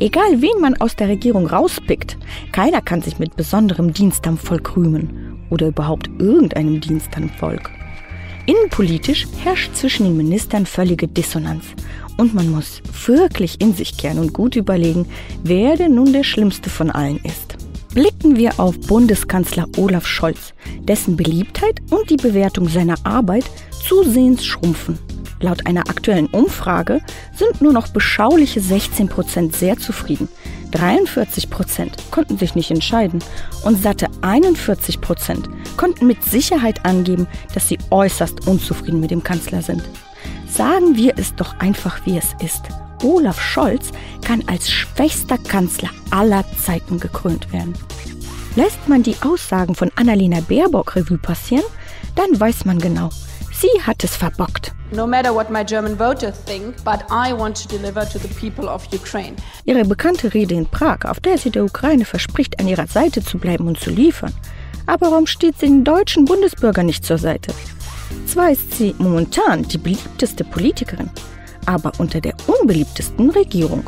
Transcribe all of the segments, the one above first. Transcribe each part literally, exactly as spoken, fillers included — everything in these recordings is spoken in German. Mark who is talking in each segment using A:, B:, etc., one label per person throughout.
A: Egal, wen man aus der Regierung rauspickt, keiner kann sich mit besonderem Dienst am Volk rühmen oder überhaupt irgendeinem Dienst am Volk. Innenpolitisch herrscht zwischen den Ministern völlige Dissonanz und man muss wirklich in sich kehren und gut überlegen, wer denn nun der Schlimmste von allen ist. Blicken wir auf Bundeskanzler Olaf Scholz, dessen Beliebtheit und die Bewertung seiner Arbeit zusehends schrumpfen. Laut einer aktuellen Umfrage sind nur noch beschauliche sechzehn Prozent sehr zufrieden, dreiundvierzig Prozent konnten sich nicht entscheiden und satte einundvierzig Prozent konnten mit Sicherheit angeben, dass sie äußerst unzufrieden mit dem Kanzler sind. Sagen wir es doch einfach, wie es ist. Olaf Scholz kann als schwächster Kanzler aller Zeiten gekrönt werden. Lässt man die Aussagen von Annalena Baerbock Revue passieren, dann weiß man genau, sie hat es verbockt.
B: No matter what my German voters think, but I want to deliver to the people of Ukraine.
A: Ihre bekannte Rede in Prag, auf der sie der Ukraine verspricht, an ihrer Seite zu bleiben und zu liefern. Aber warum steht sie den deutschen Bundesbürgern nicht zur Seite? Zwar ist sie momentan die beliebteste Politikerin, aber unter der unbeliebtesten Regierung.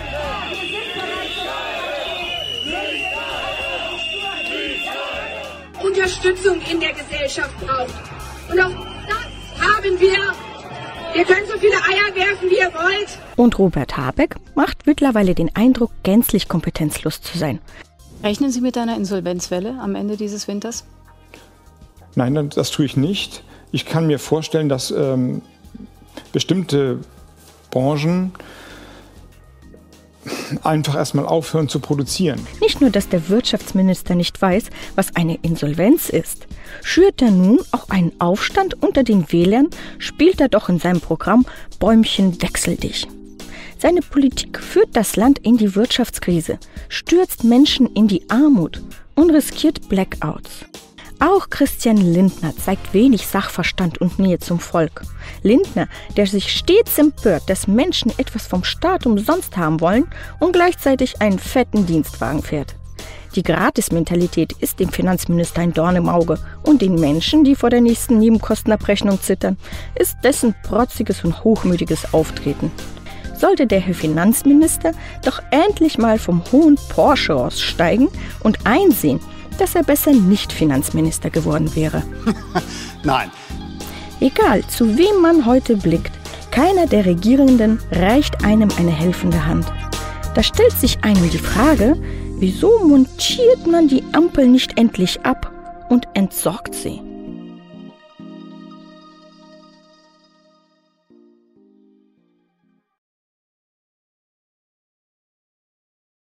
C: Unterstützung in der Gesellschaft braucht. Und auch das haben wir. Ihr könnt so viele Eier werfen, wie ihr wollt.
A: Und Robert Habeck macht mittlerweile den Eindruck, gänzlich kompetenzlos zu sein.
D: Rechnen Sie mit einer Insolvenzwelle am Ende dieses Winters?
E: Nein, das tue ich nicht. Ich kann mir vorstellen, dass ähm, bestimmte Branchen einfach erstmal aufhören zu produzieren.
A: Nicht nur, dass der Wirtschaftsminister nicht weiß, was eine Insolvenz ist. Schürt er nun auch einen Aufstand unter den Wählern, spielt er doch in seinem Programm Bäumchen wechsel dich. Seine Politik führt das Land in die Wirtschaftskrise, stürzt Menschen in die Armut und riskiert Blackouts. Auch Christian Lindner zeigt wenig Sachverstand und Nähe zum Volk. Lindner, der sich stets empört, dass Menschen etwas vom Staat umsonst haben wollen und gleichzeitig einen fetten Dienstwagen fährt. Die Gratis-Mentalität ist dem Finanzminister ein Dorn im Auge und den Menschen, die vor der nächsten Nebenkostenabrechnung zittern, ist dessen protziges und hochmütiges Auftreten. Sollte der Herr Finanzminister doch endlich mal vom hohen Porsche aussteigen und einsehen, dass er besser nicht Finanzminister geworden wäre.
F: Nein.
A: Egal, zu wem man heute blickt, keiner der Regierenden reicht einem eine helfende Hand. Da stellt sich einem die Frage, wieso montiert man die Ampel nicht endlich ab und entsorgt sie?